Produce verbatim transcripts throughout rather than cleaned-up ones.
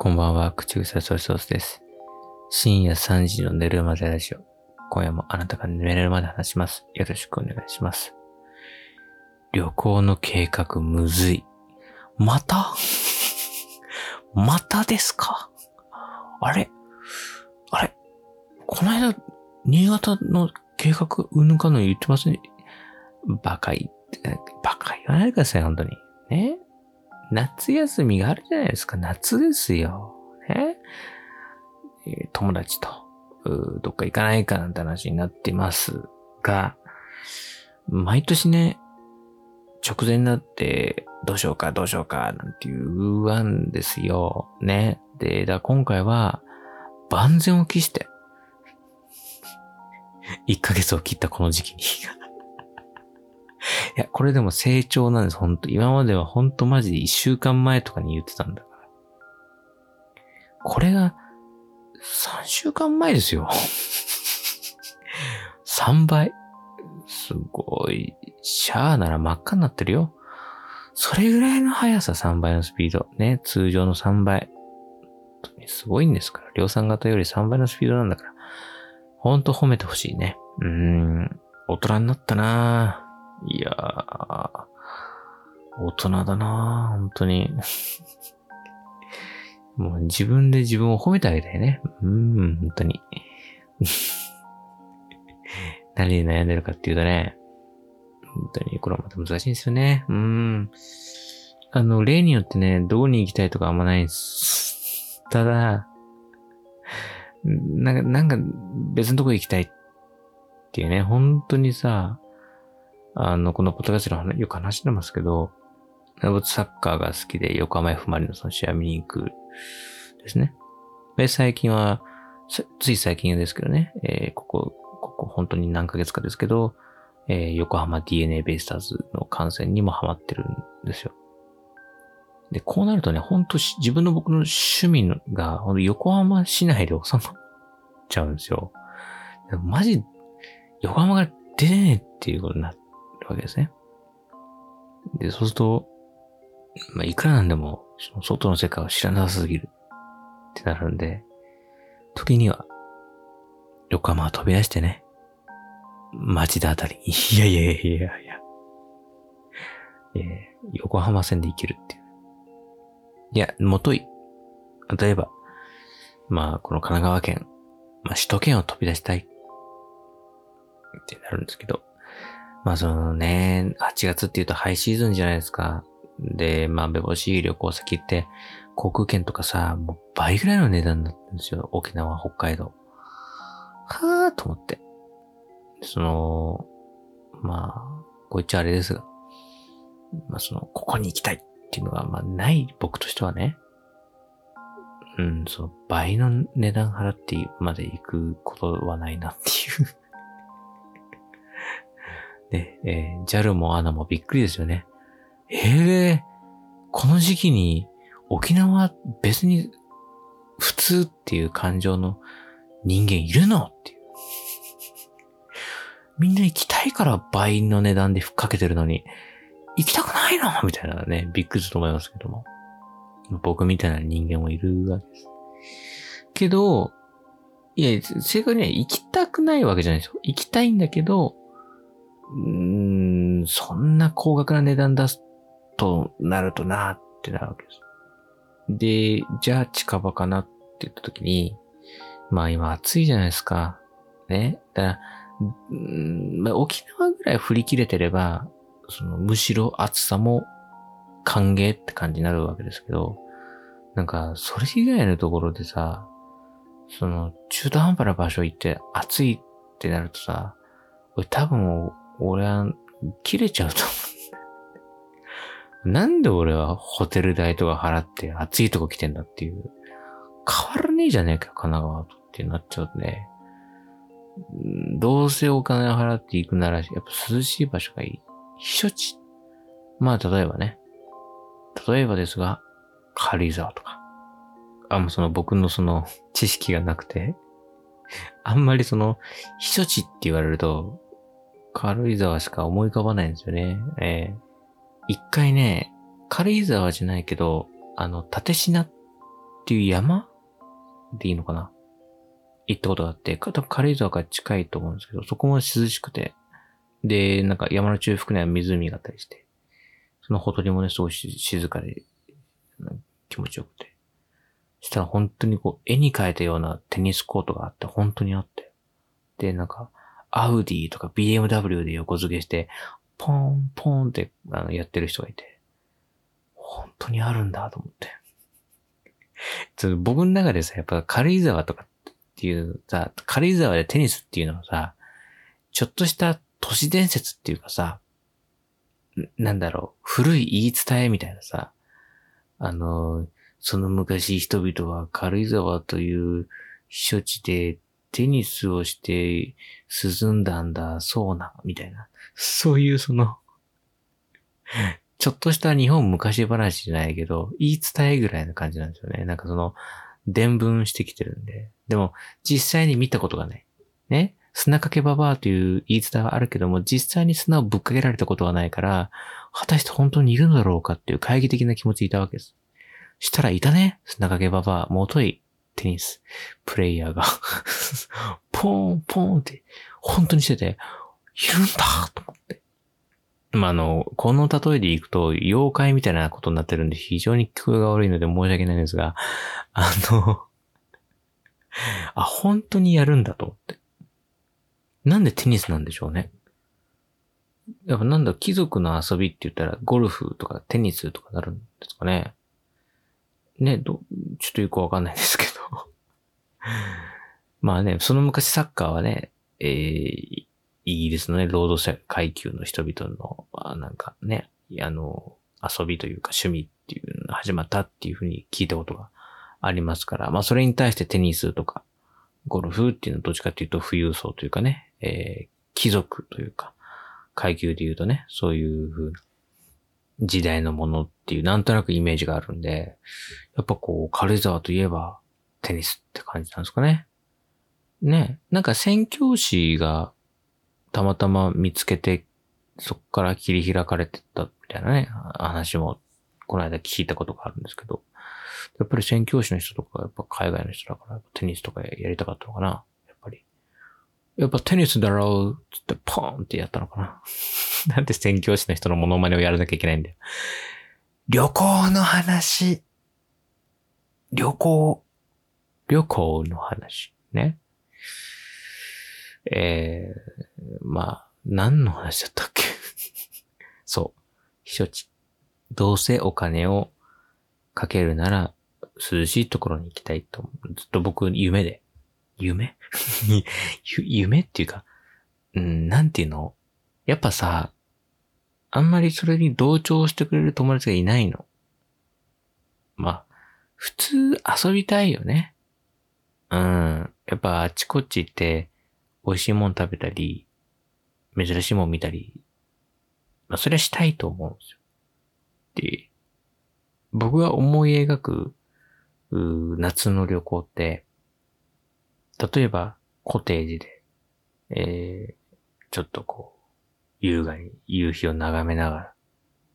こんばんは、口癖ソイソースです。深夜さんじの寝るまでラジオ。今夜もあなたが寝れるまで話します。よろしくお願いします。旅行の計画むずい。またまたですか？あれあれこの間、新潟の計画うんぬかの言ってますね。バカ言って、バカ言わないでください、本当に。ね？夏休みがあるじゃないですか。夏ですよ。ね？友達と、どっか行かないかなんて話になっていますが、毎年ね、直前になって、どうしようかどうしようかなんて言うんですよ。ね。で、だ今回は、万全を期して、いっかげつを切ったこの時期に。いや、これでも成長なんです、本当今までは本当マジでいっしゅうかんまえとかに言ってたんだから。これが、さんしゅうかんまえですよ。さんばい。すごい。シャーなら真っ赤になってるよ。それぐらいの速ささんばいのスピード。ね、通常のさんばい。本当にすごいんですから。量産型よりさんばいのスピードなんだから。ほんと褒めてほしいね。うーん。大人になったなぁ。いやー。大人だなぁ。本当に。もう自分で自分を褒めてあげたいね。うーん、本当に。何で悩んでるかっていうとね、本当にこれはまた難しいんですよね。うーん。あの、例によってね、どこに行きたいとかあんまないんです。ただ、なんか、なんか別のとこ行きたいっていうね、本当にさ、あの、このポッドキャストでよく話してますけど、僕サッカーが好きで横浜 F マリノスの試合見に行くですね。で、最近は、つい最近ですけどね、えー、ここ、ここ本当に何ヶ月かですけど、えー、横浜 ディーエヌエー ベイスターズの観戦にもハマってるんですよ。で、こうなるとね、ほんと自分の僕の趣味が、ほんと横浜市内で収まっちゃうんですよ。マジ、横浜が出れねえっていうことになるわけですね。で、そうすると、まあ、いくらなんでも、その外の世界を知らなさすぎるってなるんで、時には、横浜を飛び出してね、町田あたりに、いやいやいやいやいや、えー、横浜線で行けるっていう。いや、もとい、例えば、まあ、この神奈川県、まあ、首都圏を飛び出したいってなるんですけど、まあそのね、はちがつって言うとハイシーズンじゃないですか。で、まあ、めぼしい旅行先って、航空券とかさ、もう倍ぐらいの値段になってるんですよ。沖縄、北海道。はぁーと思って。その、まあ、こう言っちゃあれですが、まあその、ここに行きたいっていうのが、まあない僕としてはね、うん、その倍の値段払ってまで行くことはないなっていう。で、えー、ジャル も エーエヌエー もびっくりですよね。ええー、この時期に沖縄別に普通っていう感情の人間いるのっていう。みんな行きたいから倍の値段でかけてるのに、行きたくないのみたいなね、びっくりすると思いますけども。僕みたいな人間もいるわけです。けど、いや、正確には行きたくないわけじゃないですよ。行きたいんだけど、うーん、そんな高額な値段出すとなるとなーってなるわけです。で、じゃあ近場かなって言った時に、まあ今暑いじゃないですか。ね。だから、うんまあ、沖縄ぐらい振り切れてれば、そのむしろ暑さも歓迎って感じになるわけですけど、なんかそれ以外のところでさ、その中途半端な場所行って暑いってなるとさ、俺多分俺は切れちゃうと思う。なんで俺はホテル代とか払って暑いとこ来てんだっていう。変わらねえじゃねえか、神奈川とってなっちゃうとね。どうせお金を払っていくなら、やっぱ涼しい場所がいい。避暑地。まあ、例えばね。例えばですが、軽井沢とか。あ、もうその僕のその知識がなくて、あんまりその、避暑地って言われると、軽井沢しか思い浮かばないんですよね。えー、一回ね、軽井沢じゃないけど、あの、立科っっていう山でいいのかな、行ったことがあって、多分軽井沢から近いと思うんですけど、そこも涼しくて、で、なんか山の中腹には湖があったりして、そのほとりもね、すごい静かで気持ちよくて。したら本当にこう、絵に描いたようなテニスコートがあって、本当にあって。で、なんか、アウディとか ビーエムダブリュー で横付けして、ポーン、ポーンってあのやってる人がいて、本当にあるんだと思って。ちょっと僕の中でさ、やっぱ軽井沢とかっていうさ、軽井沢でテニスっていうのはさ、ちょっとした都市伝説っていうかさ、なんだろう、古い言い伝えみたいなさ、あの、その昔人々は軽井沢という避暑地でテニスをして涼んだんだ、そうな、みたいな。そういうその、ちょっとした日本昔話じゃないけど、言い伝えぐらいな感じなんですよね。なんかその、伝聞してきてるんで。でも、実際に見たことがない。ね。砂かけばばあという言い伝えはあるけども、実際に砂をぶっかけられたことはないから、果たして本当にいるんだろうかっていう懐疑的な気持ちでいたわけです。したらいたね。砂かけばばあ、もといテニス、プレイヤーが、ポーン、ポーンって、本当にしてて、いるんだと思って。まあ、あの、この例えでいくと、妖怪みたいなことになってるんで、非常に聞こえが悪いので申し訳ないんですが、あの、あ、本当にやるんだと思って。なんでテニスなんでしょうね。やっぱなんだ、貴族の遊びって言ったら、ゴルフとかテニスとかなるんですかね。ね、ど、ちょっとよくわかんないですけど。まあね、その昔サッカーはね、えー、イギリスのね、労働者階級の人々の、あなんかね、あの、遊びというか趣味っていうのが始まったっていうふうに聞いたことがありますから、まあそれに対してテニスとかゴルフっていうのはどっちかっていうと富裕層というかね、えー、貴族というか、階級で言うとね、そういう風な時代のものっていうなんとなくイメージがあるんで、やっぱこう軽井沢といえばテニスって感じなんですかね。ね、なんか宣教師がたまたま見つけて、そこから切り開かれてったみたいなね、話もこの間聞いたことがあるんですけど、やっぱり宣教師の人とかやっぱ海外の人だからテニスとかやりたかったのかな、やっぱり。やっぱテニスだろうつってポーンってやったのかな。なんで宣教師の人のモノマネをやらなきゃいけないんだよ。旅行の話。旅行。旅行の話。ね。えー、まあ、何の話だったっけそう。避暑地。どうせお金をかけるなら涼しいところに行きたいと思う。ずっと僕、夢で。夢夢っていうか、うん、なんていうの？やっぱさ、あんまりそれに同調してくれる友達がいないの。まあ、普通遊びたいよね。うん。やっぱあっちこっち行って、美味しいもん食べたり、珍しいもん見たり、まあそれはしたいと思うんですよ。で、僕が思い描く、う夏の旅行って、例えばコテージで、えー、ちょっとこう、優雅に夕日を眺めながら、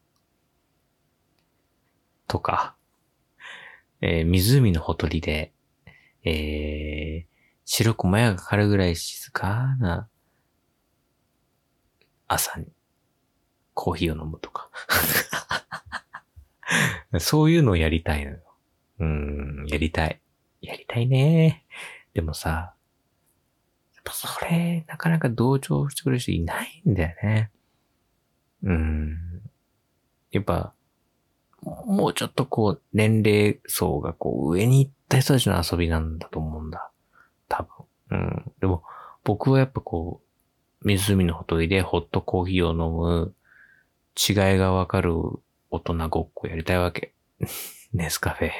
とか、えー、湖のほとりで、えー、白くまやがかかるぐらい静かな朝にコーヒーを飲むとか。そういうのをやりたいのよ。うーん、やりたい。やりたいね。でもさ、やっぱそれ、なかなか同調してくれる人いないんだよね。うーん。やっぱ、もうちょっとこう、年齢層がこう、上に行った人たちの遊びなんだと思うんだ。多分。うん。でも、僕はやっぱこう、湖のほとりでホットコーヒーを飲む違いがわかる大人ごっこやりたいわけ。ネスカフェ。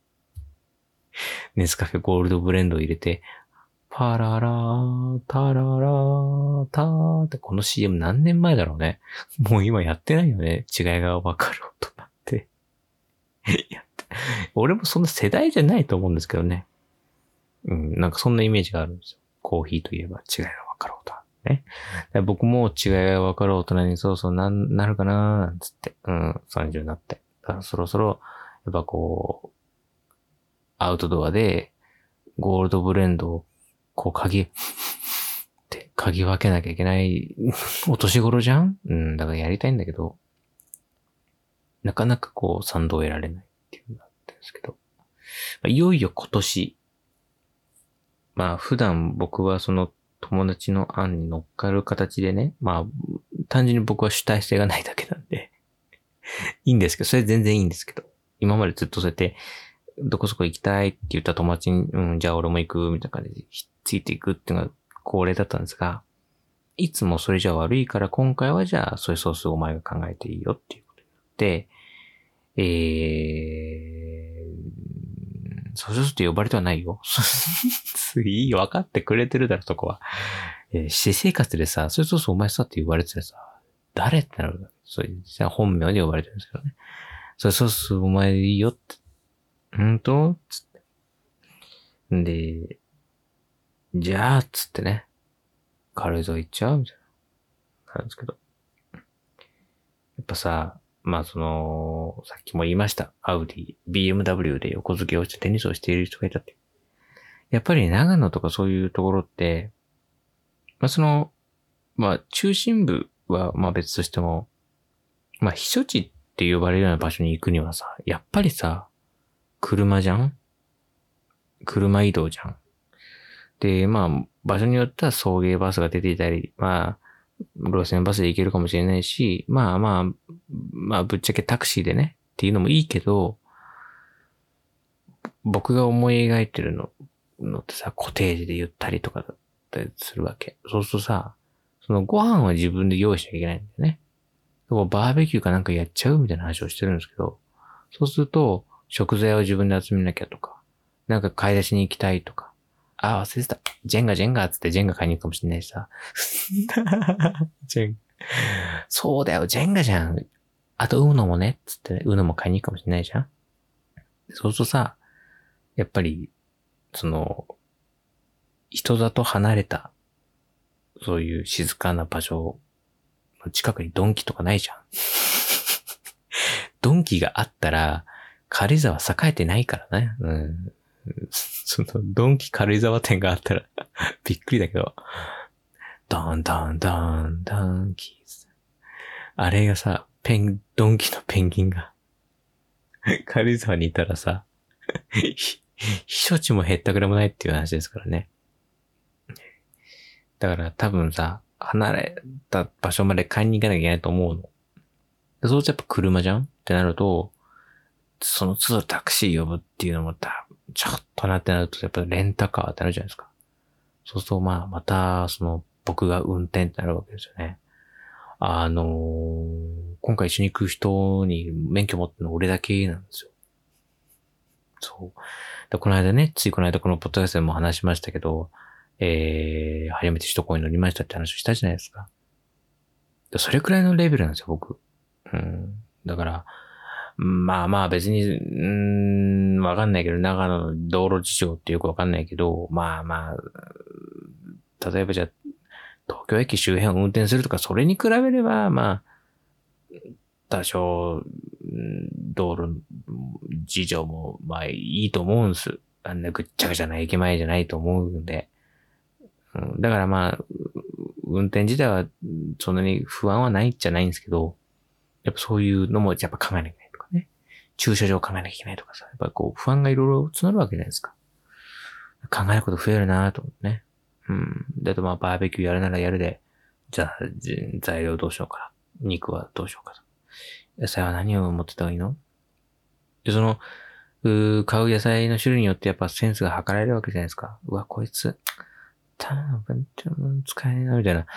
ネスカフェゴールドブレンドを入れて、パララー、タララー、ターってこの シーエム 何年前だろうね。もう今やってないよね。違いがわかる大人って。やって俺もそんな世代じゃないと思うんですけどね。うん、なんかそんなイメージがあるんですよ。コーヒーといえば違いがわかる大人。ね。僕も違いがわかる大人にそうそうな、なるかなーなんつって。うん、さんじゅうになって。だからそろそろ、やっぱこアウトドアで、ゴールドブレンドを、こう、嗅ぎ、って嗅ぎ分けなきゃいけない、お年頃じゃん？うん、だからやりたいんだけど、なかなかこう、賛同を得られないっていうのがあったんですけど、まあ、いよいよ今年、まあ、普段僕はその友達の案に乗っかる形でね、まあ、単純に僕は主体性がないだけなんで、いいんですけど、それ全然いいんですけど、今までずっとそうやって、どこそこ行きたいって言った友達に、うん、じゃあ俺も行く、みたいな感じで、ひっついていくっていうのが恒例だったんですが、いつもそれじゃ悪いから今回はじゃあ、ソイソースお前が考えていいよっていうことになって、えー、ソイソースって呼ばれてはないよ。いいよ、分かってくれてるだろ、そこは。えー、私生活でさ、ソイソースお前さって言われてたらさ、誰ってなるわけ。そういう、じゃあ本名で呼ばれてるんですけどね。ソイソースお前でいいよって。んとつって。で、じゃあ、つってね。軽井沢行っちゃうみたいな。なんですけど。やっぱさ、まあその、さっきも言いました。アウディ、ビーエムダブリュー で横付けをしてテニスをしている人がいたって。やっぱり長野とかそういうところって、まあその、まあ中心部はまあ別としても、まあ避暑地って呼ばれるような場所に行くにはさ、やっぱりさ、車じゃん？車移動じゃん。で、まあ、場所によっては送迎バスが出ていたり、まあ、路線バスで行けるかもしれないし、まあまあ、まあ、ぶっちゃけタクシーでね、っていうのもいいけど、僕が思い描いてるの、のってさ、コテージでゆったりとかだったりするわけ。そうするとさ、そのご飯は自分で用意しなきゃいけないんだよね。バーベキューかなんかやっちゃうみたいな話をしてるんですけど、そうすると、食材を自分で集めなきゃとか、なんか買い出しに行きたいとか、あ、忘れてた。ジェンガジェンガつってジェンガ買いに行くかもしれないしさ。ジェンガ。そうだよ、ジェンガじゃん。あと、ウーノもね、つって、ウーノも買いに行くかもしれないじゃん。そうするとさ、やっぱり、その、人里離れた、そういう静かな場所の近くにドンキとかないじゃん。ドンキがあったら、軽井沢栄えてないからね。うん。その、ドンキ軽井沢店があったらびっくりだけど、ドンドンドンドンキー。あれがさ、ペン、ドンキのペンギンが軽井沢にいたらさ、避暑地も減ったくれもないっていう話ですからね。だから多分さ、離れた場所まで買いに行かなきゃいけないと思うの。そうするとやっぱ車じゃんってなると、その都度タクシー呼ぶっていうのもた、ちょっとなってなると、やっぱレンタカーってなるじゃないですか。そうするとまあ、また、その、僕が運転ってなるわけですよね。あのー、今回一緒に行く人に免許持ってるの俺だけなんですよ。そう。で、この間ね、ついこの間このポッドキャストでも話しましたけど、えー、初めて首都高に乗りましたって話をしたじゃないですか。それくらいのレベルなんですよ、僕。うん。だから、まあまあ別に、うーん、わかんないけど、長野の道路事情ってよくわかんないけど、まあまあ、例えばじゃあ、東京駅周辺を運転するとか、それに比べれば、まあ、多少、道路事情も、まあいいと思うんです。あんなぐっちゃぐちゃな駅前じゃないと思うんで。うん、だからまあ、運転自体はそんなに不安はないっちゃないんですけど、やっぱそういうのもやっぱ考えなきゃいけないとかね。駐車場考えなきゃいけないとかさ、やっぱこう不安がいろいろ募るわけじゃないですか。考えること増えるなと思ってね。うん。だとまあバーベキューやるならやるで、じゃあ材料どうしようかな。肉はどうしようかと。野菜は何を持ってた方がいいの？で、その、う買う野菜の種類によってやっぱセンスが測られるわけじゃないですか。うわ、こいつ、たぶん使えねえな、みたいな。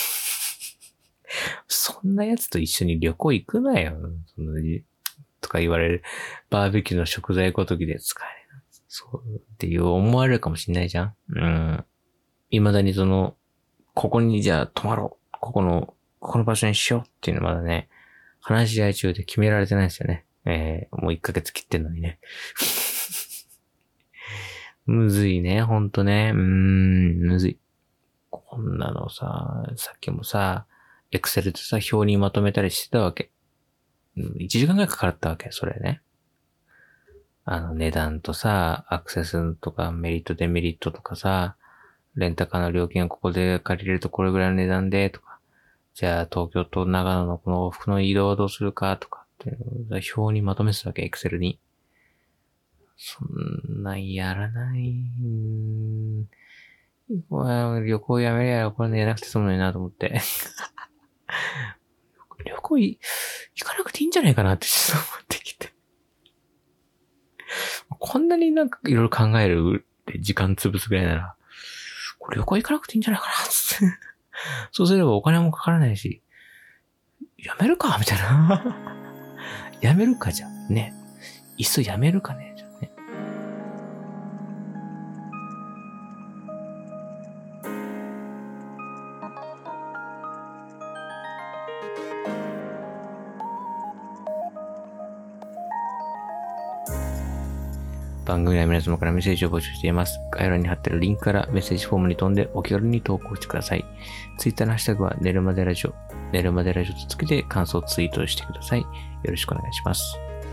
そんなやつと一緒に旅行行くなよ。そのとか言われる。バーベキューの食材ごときで使えねえな。そうっていう思われるかもしんないじゃん。うん。未だにその、ここにじゃあ泊まろう。ここの、ここの場所にしようっていうのまだね、話し合い中で決められてないですよね。えー、もういっかげつ切ってんのにね。むずいね、ほんとね。うーん、むずい。こんなのさ、さっきもさ、エクセルでさ、表にまとめたりしてたわけ。いちじかんくらいかかったわけ、それね。 あの値段とさ、アクセスとかメリットデメリットとかさ、レンタカーの料金はここで借りれるとこれぐらいの値段でとか、じゃあ東京と長野のこの往復の移動はどうするかとかっていうのを表にまとめてたわけ、エクセルに。そんなんやらない。旅行やめりゃこれねやらなくて済むのになと思って。旅行行かなくていいんじゃないかなってちょっと思ってきて。こんなになんかいろいろ考えるって時間潰すぐらいなら、これ旅行行かなくていいんじゃないかなって。そうすればお金もかからないし、やめるかみたいな。やめるかじゃん。ね。いっそやめるかね。じゃあね。番組では皆様からメッセージを募集しています。概要欄に貼ってあるリンクからメッセージフォームに飛んでお気軽に投稿してください。ツイッターのハッシュタグは寝るまでラジオ。寝るまでラジオとつけて感想ツイートしてください。よろしくお願いします。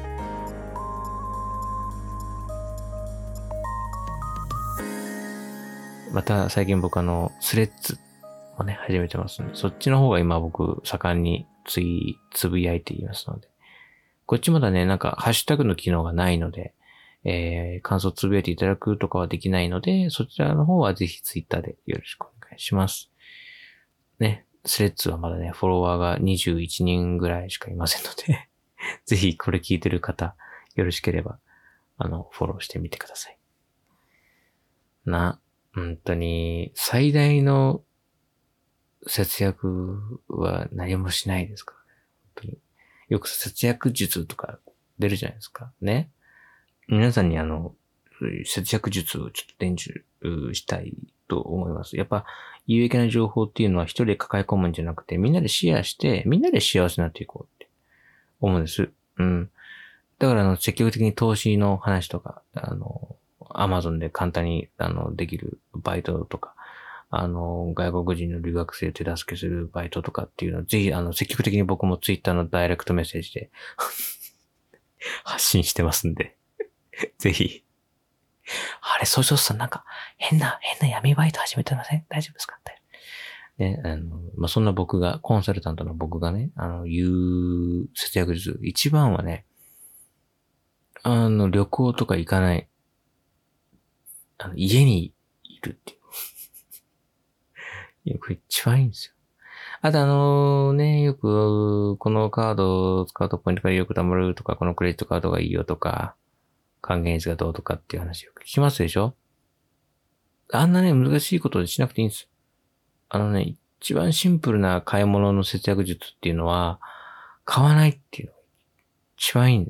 また最近僕あのスレッズをね始めてますので、そっちの方が今僕盛んについつぶやいていますので、こっちまだねなんかハッシュタグの機能がないので、えー、感想つぶやいていただくとかはできないので、そちらの方はぜひツイッターでよろしくお願いします。ね、スレッズはまだねフォロワーがにじゅういちにんぐらいしかいませんので、ぜひこれ聞いてる方よろしければあのフォローしてみてください。な。本当に、最大の節約は何もしないですからね。本当に。よく節約術とか出るじゃないですか。ね。皆さんにあの、節約術をちょっと伝授したいと思います。やっぱ、有益な情報っていうのは一人で抱え込むんじゃなくて、みんなでシェアして、みんなで幸せになっていこうって思うんです。うん。だからあの、積極的に投資の話とか、あの、アマゾンで簡単に、あの、できるバイトとか、あの、外国人の留学生手助けするバイトとかっていうのを、ぜひ、あの、積極的に僕もツイッターのダイレクトメッセージで発信してますんで、ぜひ。あれ、ソジョスさんなんか、変な、変な闇バイト始めてません？大丈夫ですか？ね、あの、まあ、そんな僕が、コンサルタントの僕がね、あの、言う節約術、一番はね、あの、旅行とか行かない。あの、家にいるっていう。いや、これ一番いいんですよ。あとあのね、よく、このカードを使うとポイントがよく貯まるとか、このクレジットカードがいいよとか、還元率がどうとかっていう話よく聞きますでしょ？あんなね、難しいことでしなくていいんです。あのね、一番シンプルな買い物の節約術っていうのは、買わないっていうのが一番いいん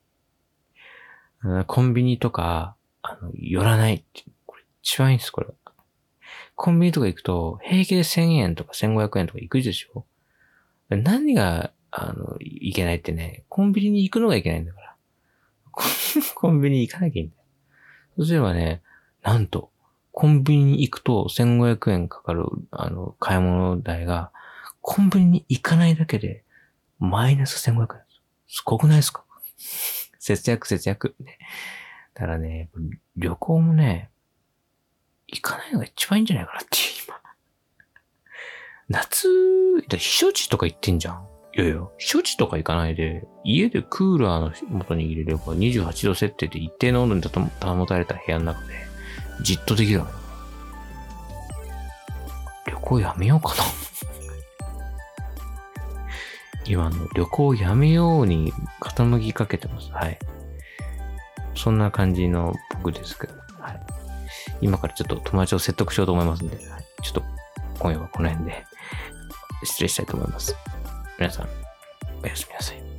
だ。コンビニとか、あの、寄らないっていう。これ一番いいんです、これは。コンビニとか行くと、平気でせんえんとかせんごひゃくえんとか行くでしょ？何が、あの、いけないってね、コンビニに行くのがいけないんだから。コンビニ行かなきゃいいんだよ。そうすればね、なんと、コンビニに行くとせんごひゃくえんかかる、あの、買い物代が、コンビニに行かないだけで、マイナスせんごひゃくえん。すごくないですか？節約節約。だからね、旅行もね、行かないのが一番いいんじゃないかなっていう、今。夏、避暑地とか行ってんじゃん。いやいや、避暑地とか行かないで、家でクーラーの元に入れればにじゅうはちど設定で一定の温度に保たれた部屋の中で、じっとできるわよ。旅行やめようかな。今の旅行やめように傾きかけてます。はい。そんな感じの僕ですけど。はい。今からちょっと友達を説得しようと思いますんで、はい、ちょっと今夜はこの辺で失礼したいと思います。皆さん、おやすみなさい。